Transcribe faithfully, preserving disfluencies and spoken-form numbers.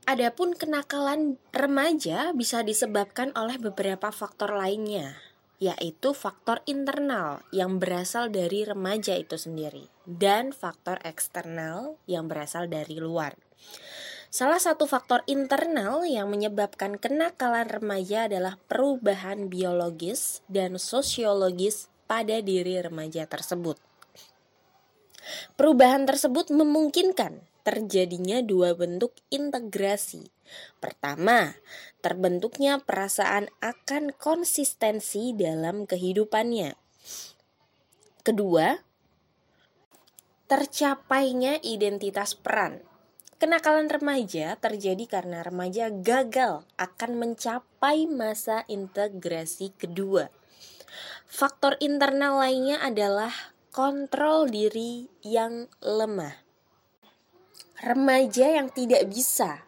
Adapun kenakalan remaja bisa disebabkan oleh beberapa faktor lainnya, yaitu faktor internal yang berasal dari remaja itu sendiri dan faktor eksternal yang berasal dari luar. Salah satu faktor internal yang menyebabkan kenakalan remaja adalah perubahan biologis dan sosiologis pada diri remaja tersebut. Perubahan tersebut memungkinkan terjadinya dua bentuk integrasi. Pertama, terbentuknya perasaan akan konsistensi dalam kehidupannya. Kedua, tercapainya identitas peran. Kenakalan remaja terjadi karena remaja gagal akan mencapai masa integrasi kedua. Faktor internal lainnya adalah kontrol diri yang lemah. Remaja yang tidak bisa